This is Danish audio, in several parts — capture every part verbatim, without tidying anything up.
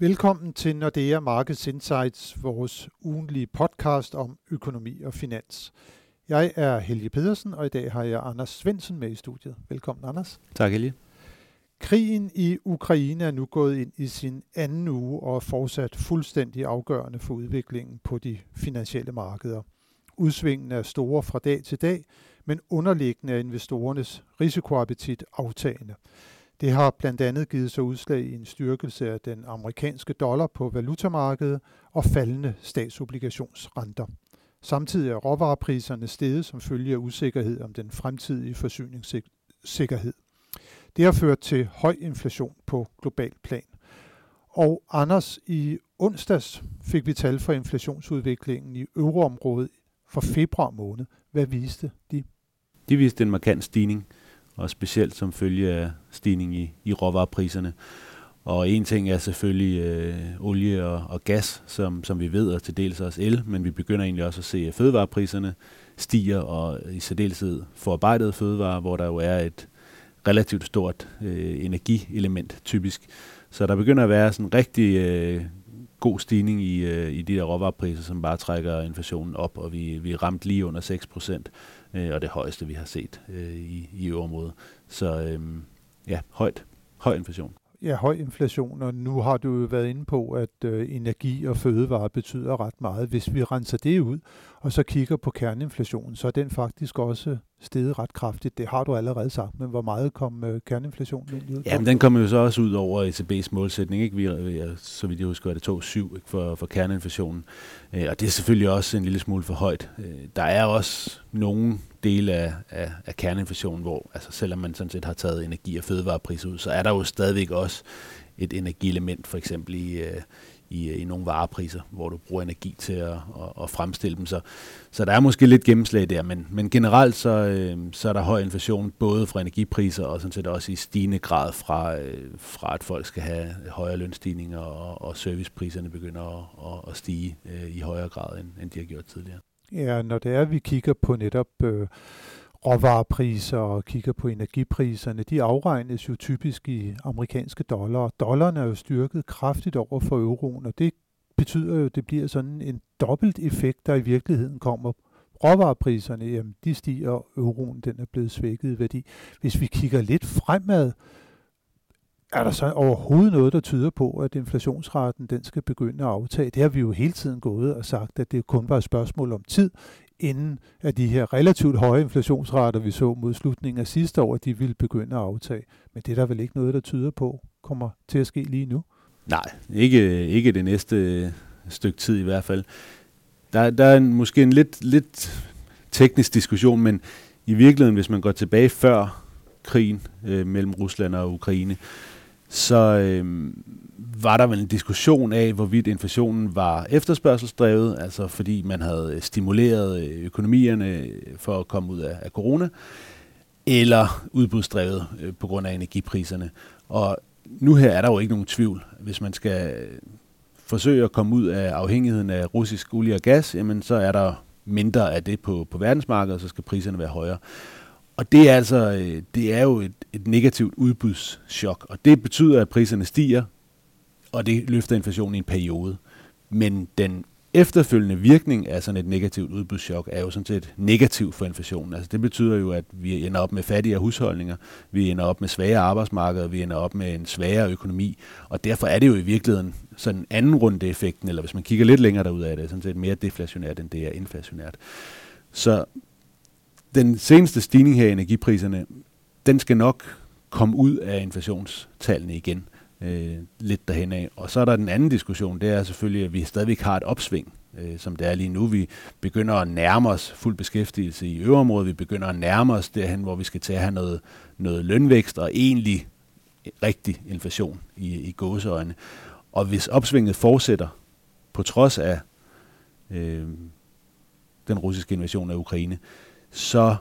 Velkommen til Nordea Markets Insights, vores ugentlige podcast om økonomi og finans. Jeg er Helge Pedersen, og i dag har jeg Anders Svendsen med i studiet. Velkommen, Anders. Tak, Helge. Krigen i Ukraine er nu gået ind i sin anden uge og er fortsat fuldstændig afgørende for udviklingen på de finansielle markeder. Udsvingene er store fra dag til dag, men underliggende er investorernes risikoappetit aftagende. Det har blandt andet givet sig udslag i en styrkelse af den amerikanske dollar på valutamarkedet og faldende statsobligationsrenter. Samtidig er råvarepriserne steget som følge af usikkerhed om den fremtidige forsyningssikkerhed. Det har ført til høj inflation på global plan. Og Anders, i onsdags fik vi tal for inflationsudviklingen i euroområdet for februar måned. Hvad viste de? De viste en markant stigning, og specielt som følge af stigning i, i råvarepriserne. Og en ting er selvfølgelig øh, olie og, og gas, som, som vi ved, og til dels også el, men vi begynder egentlig også at se, at fødevarepriserne stiger, og i særdeleshed forarbejdede fødevarer, hvor der jo er et relativt stort øh, energielement typisk. Så der begynder at være sådan en rigtig øh, god stigning i, øh, i de der råvarepriser, som bare trækker inflationen op, og vi, vi er ramt lige under seks procent, øh, og det højeste, vi har set øh, i, i øvrigt. Så øh, ja, højt, høj inflation. Ja, høj inflation, og nu har du jo været inde på, at øh, energi og fødevare betyder ret meget. Hvis vi renser det ud, og så kigger på kerneinflationen, så er den faktisk også steget ret kraftigt. Det har du allerede sagt, men hvor meget kom øh, kerneinflationen ind ud? Jamen, den kommer jo så også ud over E C B's målsætning, ikke? Vi, så vidt jeg husker, er det to komma syv for, for kerneinflationen, øh, og det er selvfølgelig også en lille smule for højt. Øh, der er også nogle dele af, af, af kerneinflationen, hvor altså, selvom man sådan set har taget energi- og fødevarepriser ud, så er der jo stadigvæk også et energielement, for eksempel i, øh, i, i nogle varepriser, hvor du bruger energi til at, at, at fremstille dem. Så, så der er måske lidt gennemslag der, men, men generelt så, øh, så er der høj inflation, både fra energipriser og sådan set også i stigende grad fra, øh, fra at folk skal have højere lønstigninger, og, og servicepriserne begynder at, at, at stige øh, i højere grad, end, end de har gjort tidligere. Ja, når det er, vi kigger på netop øh, råvarepriser og kigger på energipriserne, de afregnes jo typisk i amerikanske dollar. Dollaren er jo styrket kraftigt over for euroen, og det betyder jo, at det bliver sådan en dobbelt effekt, der i virkeligheden kommer. Råvarepriserne, jamen, de stiger, og euroen den er blevet svækket i værdi. Hvis vi kigger lidt fremad, er der så overhovedet noget, der tyder på, at inflationsraten den skal begynde at aftage? Det har vi jo hele tiden gået og sagt, at det kun var et spørgsmål om tid, inden at de her relativt høje inflationsrater, vi så mod slutningen af sidste år, de ville begynde at aftage. Men det er der vel ikke noget, der tyder på, kommer til at ske lige nu? Nej, ikke, ikke det næste stykke tid i hvert fald. Der, der er en, måske en lidt, lidt teknisk diskussion, men i virkeligheden, hvis man går tilbage før krigen øh, mellem Rusland og Ukraine, så øh, var der vel en diskussion af, hvorvidt inflationen var efterspørgselsdrevet, altså fordi man havde stimuleret økonomierne for at komme ud af, af corona, eller udbudsdrevet øh, på grund af energipriserne. Og nu her er der jo ikke nogen tvivl. Hvis man skal forsøge at komme ud af afhængigheden af russisk olie og gas, jamen så er der mindre af det på, på verdensmarkedet, så skal priserne være højere. Og det er altså, det er jo et, et negativt udbudschok, og det betyder, at priserne stiger, og det løfter inflationen i en periode. Men den efterfølgende virkning af sådan et negativt udbudschok er jo sådan set negativ for inflationen. Altså det betyder jo, at vi ender op med fattigere husholdninger, vi ender op med svagere arbejdsmarkeder, vi ender op med en svagere økonomi, og derfor er det jo i virkeligheden sådan anden runde effekten, eller hvis man kigger lidt længere derud af det, sådan set mere deflationært, end det er inflationært. Så den seneste stigning her i energipriserne, den skal nok komme ud af inflationstallene igen, øh, lidt derhen af. Og så er der den anden diskussion, det er selvfølgelig, at vi stadigvæk har et opsving, øh, som det er lige nu. Vi begynder at nærme os fuld beskæftigelse i øvreområdet, vi begynder at nærme os derhen, hvor vi skal til at have noget, noget lønvækst og egentlig rigtig inflation i, i gåseøjne. Og hvis opsvinget fortsætter, på trods af øh, den russiske invasion af Ukraine, så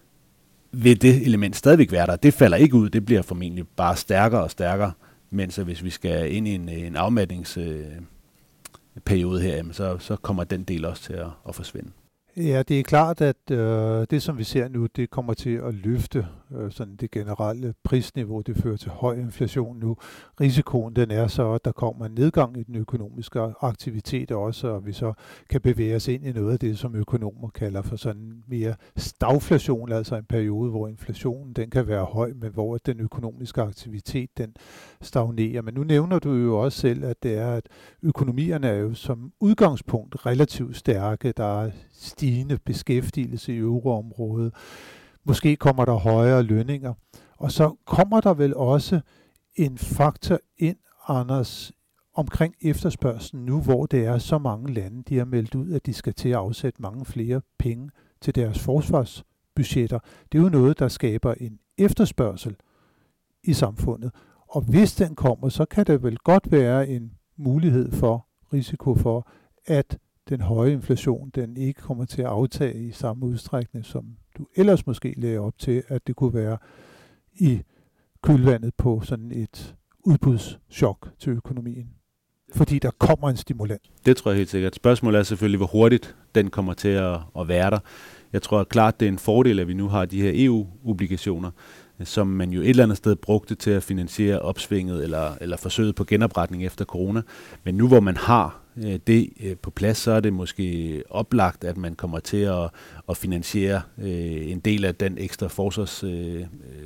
vil det element stadigvæk være der. Det falder ikke ud, det bliver formentlig bare stærkere og stærkere, mens hvis vi skal ind i en, en afmatningsperiode her, så, så kommer den del også til at, at forsvinde. Ja, det er klart, at øh, det, som vi ser nu, det kommer til at løfte øh, sådan det generelle prisniveau. Det fører til høj inflation nu. Risikoen den er så, at der kommer en nedgang i den økonomiske aktivitet også, og vi så kan bevæge os ind i noget af det, som økonomer kalder for sådan mere stagflation, altså en periode, hvor inflationen den kan være høj, men hvor den økonomiske aktivitet den stagnerer. Men nu nævner du jo også selv, at det er, at økonomierne er jo som udgangspunkt relativt stærke. Der er stigende beskæftigelse i euroområdet. Måske kommer der højere lønninger. Og så kommer der vel også en faktor ind, Anders, omkring efterspørgselen nu, hvor det er så mange lande, de har meldt ud, at de skal til at afsætte mange flere penge til deres forsvarsbudgetter. Det er jo noget, der skaber en efterspørgsel i samfundet. Og hvis den kommer, så kan det vel godt være en mulighed for, risiko for, at den høje inflation, den ikke kommer til at aftage i samme udstrækning, som du ellers måske lagde op til, at det kunne være i kølvandet på sådan et udbudschok til økonomien. Fordi der kommer en stimulans. Det tror jeg helt sikkert. Spørgsmålet er selvfølgelig, hvor hurtigt den kommer til at, at være der. Jeg tror klart, det er en fordel, at vi nu har de her E U-obligationer, som man jo et eller andet sted brugte til at finansiere opsvinget eller, eller forsøget på genopretning efter corona. Men nu hvor man har øh, det øh, på plads, så er det måske oplagt, at man kommer til at, at finansiere øh, en del af den ekstra forsvars, øh,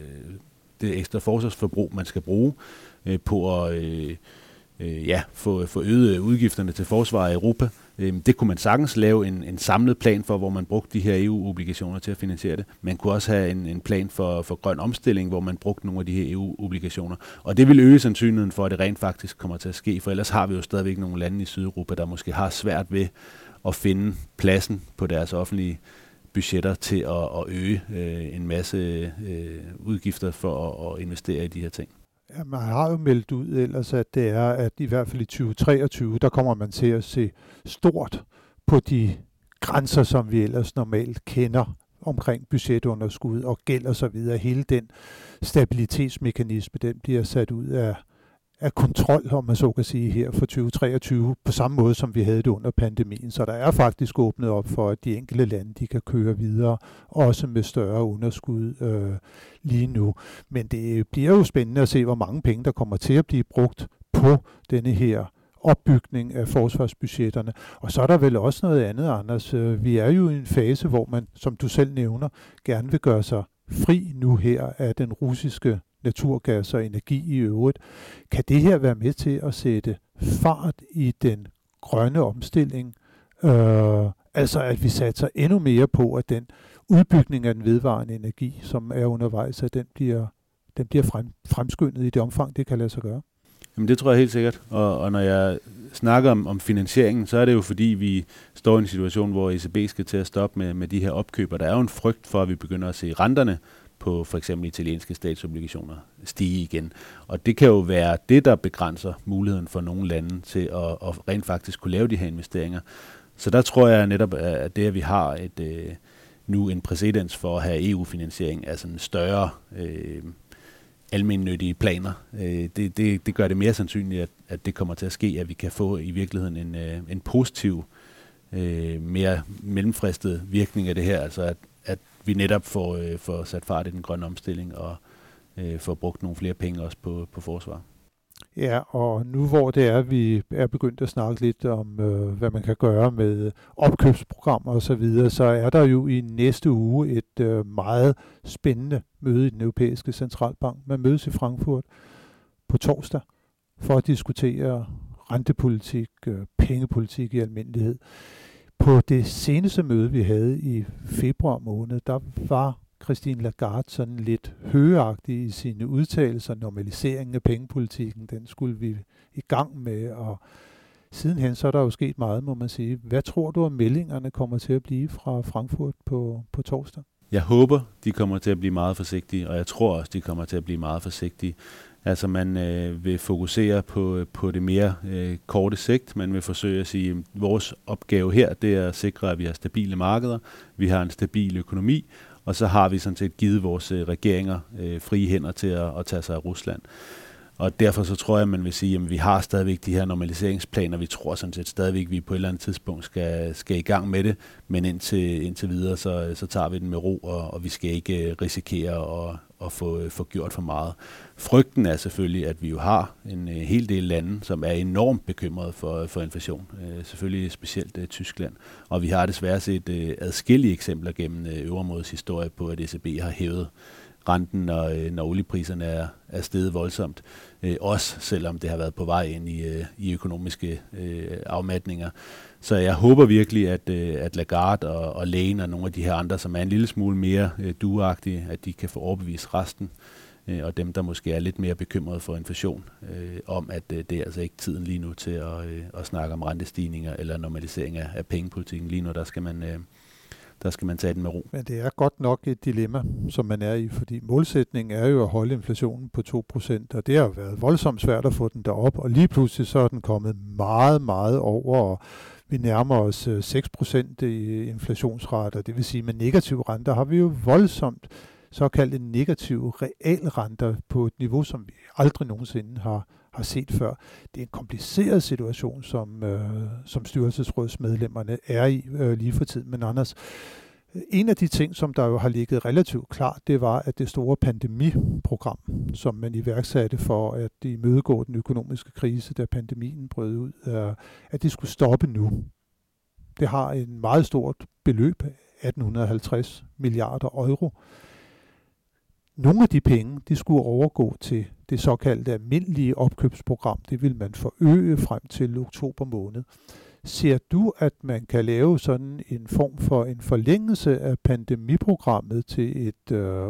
det ekstra forsvarsforbrug, man skal bruge øh, på at øh, øh, ja, få, få øget udgifterne til forsvar i Europa. Det kunne man sagtens lave en, en samlet plan for, hvor man brugte de her E U-obligationer til at finansiere det. Man kunne også have en, en plan for, for grøn omstilling, hvor man brugte nogle af de her E U-obligationer. Og det vil øge sandsynligheden for, at det rent faktisk kommer til at ske, for ellers har vi jo stadigvæk nogle lande i Sydeuropa, der måske har svært ved at finde pladsen på deres offentlige budgetter til at, at øge øh, en masse øh, udgifter for at, at investere i de her ting. Ja, man har jo meldt ud ellers, at det er, at i hvert fald i tyve treogtyve, der kommer man til at se stort på de grænser, som vi ellers normalt kender omkring budgetunderskud og gæld og så videre. Hele den stabilitetsmekanisme, den bliver sat ud af, af kontrol, om man så kan sige, her for tyve treogtyve, på samme måde, som vi havde det under pandemien. Så der er faktisk åbnet op for, at de enkelte lande, de kan køre videre, også med større underskud øh, lige nu. Men det bliver jo spændende at se, hvor mange penge, der kommer til at blive brugt på denne her opbygning af forsvarsbudgetterne. Og så er der vel også noget andet, Anders. Vi er jo i en fase, hvor man, som du selv nævner, gerne vil gøre sig fri nu her af den russiske naturgas og energi i øvrigt. Kan det her være med til at sætte fart i den grønne omstilling? Øh, altså at vi satser endnu mere på, at den udbygning af den vedvarende energi, som er undervejs, at den bliver, den bliver frem, fremskyndet i det omfang, det kan lade sig gøre? Jamen det tror jeg helt sikkert. Og, og når jeg snakker om, om finansieringen, så er det jo fordi, vi står i en situation, hvor E C B skal til at stoppe med, med de her opkøber. Der er jo en frygt for, at vi begynder at se renterne på for eksempel italienske statsobligationer stige igen. Og det kan jo være det, der begrænser muligheden for nogle lande til at, at rent faktisk kunne lave de her investeringer. Så der tror jeg netop, at det, at vi har et, øh, nu en præcedens for at have E U-finansiering af sådan større øh, almennyttige planer, øh, det, det, det gør det mere sandsynligt, at, at det kommer til at ske, at vi kan få i virkeligheden en, øh, en positiv, øh, mere mellemfristet virkning af det her, altså at, at vi netop får, øh, får sat fart i den grønne omstilling og øh, får brugt nogle flere penge også på, på forsvar. Ja, og nu hvor det er, vi er begyndt at snakke lidt om, øh, hvad man kan gøre med opkøbsprogrammer og så videre, så er der jo i næste uge et øh, meget spændende møde i den europæiske centralbank. Man mødes i Frankfurt på torsdag for at diskutere rentepolitik, øh, pengepolitik i almindelighed. På det seneste møde, vi havde i februar måned, der var Christine Lagarde sådan lidt højagtig i sine udtalelser. Normaliseringen af pengepolitikken, den skulle vi i gang med, og sidenhen så er der jo sket meget, må man sige. Hvad tror du, at meldingerne kommer til at blive fra Frankfurt på, på torsdag? Jeg håber, de kommer til at blive meget forsigtige, og jeg tror også, de kommer til at blive meget forsigtige. Altså man øh, vil fokusere på, på det mere øh, korte sigt. Man vil forsøge at sige, at vores opgave her, det er at sikre, at vi har stabile markeder, vi har en stabil økonomi, og så har vi sådan set givet vores øh, regeringer øh, frie hænder til at, at tage sig af Rusland. Og derfor så tror jeg, at man vil sige, at vi har stadigvæk de her normaliseringsplaner. Vi tror sådan set stadigvæk, at vi på et eller andet tidspunkt skal, skal i gang med det. Men indtil, indtil videre, så, så tager vi den med ro, og, og vi skal ikke risikere at, at få, få gjort for meget. Frygten er selvfølgelig, at vi jo har en hel del lande, som er enormt bekymrede for, for inflation. Selvfølgelig specielt uh, Tyskland. Og vi har desværre set uh, adskillige eksempler gennem uh, øvremådes historie på, at E C B har hævet renten, når, når oliepriserne er, er steget voldsomt. Øh, også selvom det har været på vej ind i, øh, i økonomiske øh, afmatninger. Så jeg håber virkelig, at, øh, at Lagarde og, og Lane og nogle af de her andre, som er en lille smule mere øh, dueagtige, at de kan få overbevist resten, øh, og dem, der måske er lidt mere bekymrede for inflation, øh, om at øh, det er altså ikke tiden lige nu til at, øh, at snakke om rentestigninger eller normalisering af, af pengepolitikken. Lige nu, der skal man... Øh, Der skal man tage den med ro. Men det er godt nok et dilemma, som man er i, fordi målsætningen er jo at holde inflationen på to procent, og det har jo været voldsomt svært at få den derop, og lige pludselig så er den kommet meget, meget over, og vi nærmer os seks procent i inflationsrater, det vil sige med negative renter har vi jo voldsomt såkaldte negative realrenter på et niveau, som vi aldrig nogensinde har, har set før. Det er en kompliceret situation, som, øh, som styrelsesrådsmedlemmerne er i øh, lige for tiden. Men Anders, en af de ting, som der jo har ligget relativt klart, det var, at det store pandemiprogram, som man iværksatte for at imødegå den økonomiske krise, da pandemien brød ud, øh, at det skulle stoppe nu. Det har en meget stort beløb, atten halvtreds milliarder euro. Nogle af de penge, de skulle overgå til det såkaldte almindelige opkøbsprogram. Det vil man forøge frem til oktober måned. Ser du, at man kan lave sådan en form for en forlængelse af pandemiprogrammet til et øh,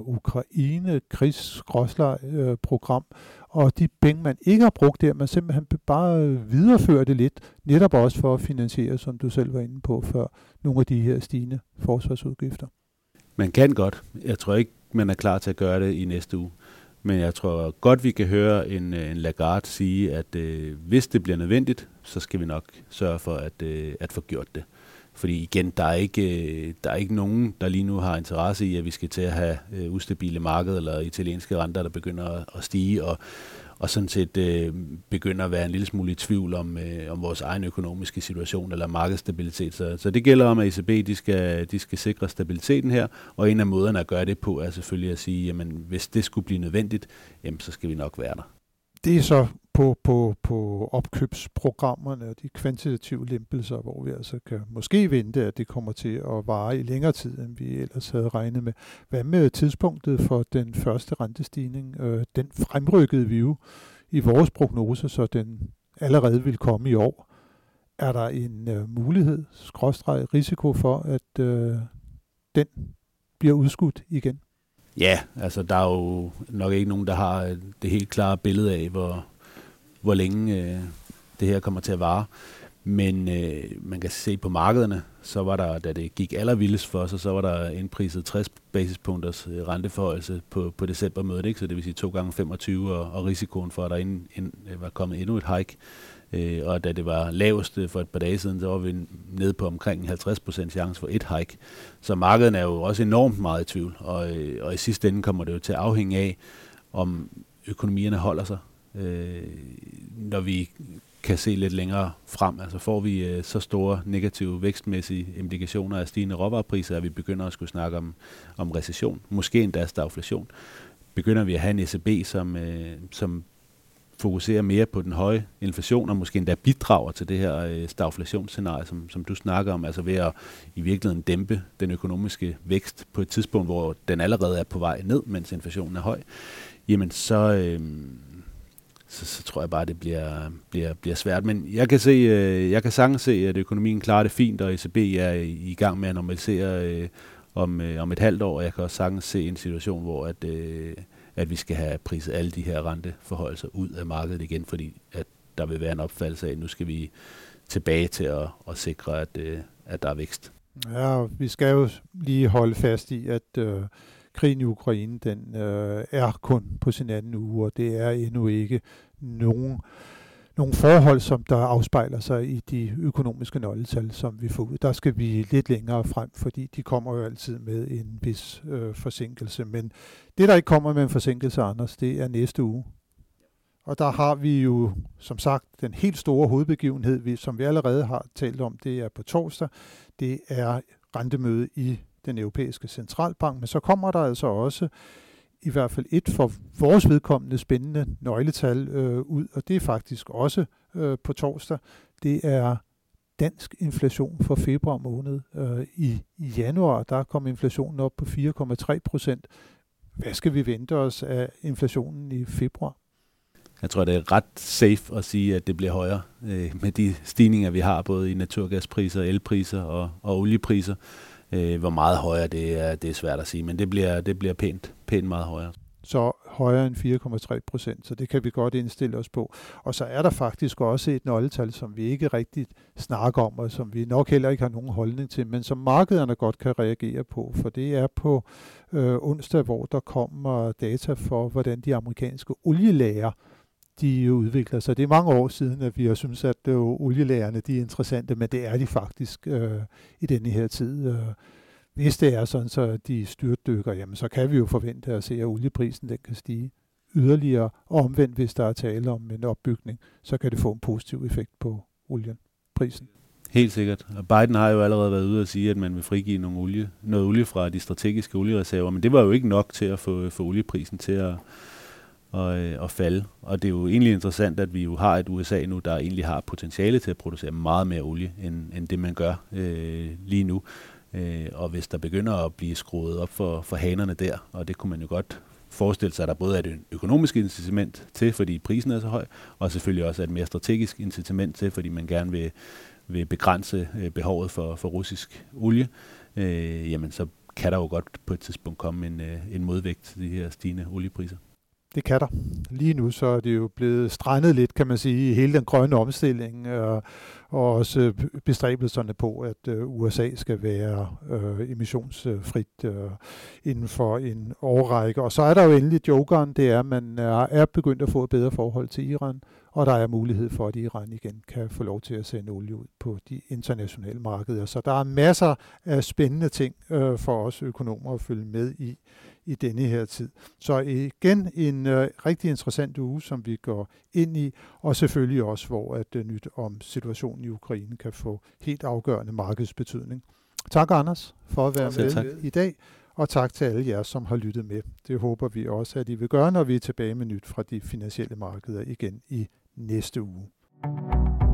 Ukraine-krigs-program, og de penge, man ikke har brugt der, man simpelthen bare viderefører det lidt, netop også for at finansiere, som du selv var inde på før, nogle af de her stigende forsvarsudgifter? Man kan godt. Jeg tror ikke, man er klar til at gøre det i næste uge. Men jeg tror godt, vi kan høre en, en Lagarde sige, at øh, hvis det bliver nødvendigt, så skal vi nok sørge for at, øh, at få gjort det. Fordi igen, der er, ikke, øh, der er ikke nogen, der lige nu har interesse i, at vi skal til at have øh, ustabile markeder eller italienske renter, der begynder at, at stige, og, og sådan set øh, begynder at være en lille smule i tvivl om, øh, om vores egen økonomiske situation eller markedsstabilitet. Så, så det gælder om, at E C B de skal, de skal sikre stabiliteten her, og en af måderne at gøre det på er selvfølgelig at sige, jamen hvis det skulle blive nødvendigt, jamen, så skal vi nok være der. Det er så på, på, på opkøbsprogrammerne og de kvantitative lempelser, hvor vi altså kan måske vente, at det kommer til at vare i længere tid, end vi ellers havde regnet med. Hvad med tidspunktet for den første rentestigning? Den fremrykkede vi jo i vores prognose, så den allerede vil komme i år. Er der en uh, mulighed, skråstreg risiko for, at uh, den bliver udskudt igen? Ja, altså der er jo nok ikke nogen, der har det helt klare billede af, hvor, hvor længe øh, det her kommer til at vare. Men øh, man kan se på markederne, så var der, da det gik allervildest for sig, så var der indpriset tres basispunkters øh, renteforhøjelse på, på decembermødet, ikke? Så det vil sige to gange femogtyve, og, og risikoen for, at der ind, ind, var kommet endnu et hike. Øh, og da det var lavest for et par dage siden, så var vi nede på omkring halvtreds procent chance for et hike. Så markedet er jo også enormt meget i tvivl, og, og i sidste ende kommer det jo til at afhænge af, om økonomierne holder sig. Øh, når vi kan se lidt længere frem, altså får vi øh, så store negative vækstmæssige implikationer af stigende råvarepriser, at vi begynder at skulle snakke om, om recession, måske endda stagflation. Begynder vi at have en E C B, som, øh, som fokuserer mere på den høje inflation, og måske endda bidrager til det her øh, stagflationsscenarie, som, som du snakker om, altså ved at i virkeligheden dæmpe den økonomiske vækst på et tidspunkt, hvor den allerede er på vej ned, mens inflationen er høj, jamen så, øh, så, så tror jeg bare, at det bliver, bliver, bliver svært. Men jeg kan, se, øh, jeg kan sagtens se, at økonomien klarer det fint, og E C B er i, i gang med at normalisere øh, om, øh, om et halvt år, og jeg kan også sagtens se en situation, hvor at øh, at vi skal have priset alle de her renteforholdelser ud af markedet igen, fordi at der vil være en opfattelse af, at nu skal vi tilbage til at, at sikre, at, at der er vækst. Ja, vi skal jo lige holde fast i, at øh, krigen i Ukraine, den øh, er kun på sin anden uge, og det er endnu ikke nogen, nogen forhold, som der afspejler sig i de økonomiske nøgletal, som vi får ud. Der skal vi lidt længere frem, fordi de kommer jo altid med en vis øh, forsinkelse. Men det, der ikke kommer med en forsinkelse, Anders, det er næste uge. Og der har vi jo, som sagt, den helt store hovedbegivenhed, vi, som vi allerede har talt om, det er på torsdag. Det er rentemøde i den europæiske centralbank, men så kommer der altså også i hvert fald et for vores vedkommende spændende nøgletal øh, ud, og det er faktisk også øh, på torsdag. Det er dansk inflation for februar måned. Øh, i, I januar, der kom inflationen op på fire komma tre procent. Hvad skal vi vente os af inflationen i februar? Jeg tror, det er ret safe at sige, at det bliver højere øh, med de stigninger, vi har, både i naturgaspriser, elpriser og, og oliepriser. Øh, hvor meget højere, det er, det er svært at sige, men det bliver, det bliver pænt, pænt meget højere. Så højere end fire komma tre procent, så det kan vi godt indstille os på. Og så er der faktisk også et nøgletal, som vi ikke rigtig snakker om, og som vi nok heller ikke har nogen holdning til, men som markederne godt kan reagere på, for det er på øh, onsdag, hvor der kommer data for, hvordan de amerikanske olielager de udvikler sig. Det er mange år siden, at vi har syntes, at øh, olielagerne de er interessante, men det er de faktisk øh, i denne her tid. Øh, hvis det er sådan, så de styrtdykker, jamen så kan vi jo forvente at se, at olieprisen den kan stige yderligere, og omvendt, hvis der er tale om en opbygning, så kan det få en positiv effekt på olienprisen. Helt sikkert. Og Biden har jo allerede været ude og sige, at man vil frigive nogle olie, noget olie fra de strategiske oliereserver, men det var jo ikke nok til at få, få olieprisen til at Og, og falde. Og det er jo egentlig interessant, at vi jo har et U S A nu, der egentlig har potentiale til at producere meget mere olie, end, end det man gør øh, lige nu. Øh, og hvis der begynder at blive skruet op for, for hanerne der, og det kunne man jo godt forestille sig, at der både er et økonomisk incitament til, fordi prisen er så høj, og selvfølgelig også et mere strategisk incitament til, fordi man gerne vil, vil begrænse øh, behovet for, for russisk olie, øh, jamen så kan der jo godt på et tidspunkt komme en, øh, en modvægt til de her stigende oliepriser. Det kan der. Lige nu så er det jo blevet strandet lidt, kan man sige, i hele den grønne omstilling, og, og også bestræbelserne på, at uh, U S A skal være uh, emissionsfrit uh, inden for en årrække. Og så er der jo endelig jokeren, det er, at man er, er begyndt at få et bedre forhold til Iran, og der er mulighed for, at Iran igen kan få lov til at sende olie ud på de internationale markeder. Så der er masser af spændende ting uh, for os økonomer at følge med i, i denne her tid. Så igen en øh, rigtig interessant uge, som vi går ind i, og selvfølgelig også, hvor at øh, nyt om situationen i Ukraine kan få helt afgørende markedsbetydning. Tak, Anders, for at være med tak. i dag, og tak til alle jer, som har lyttet med. Det håber vi også, at I vil gøre, når vi er tilbage med nyt fra de finansielle markeder igen i næste uge.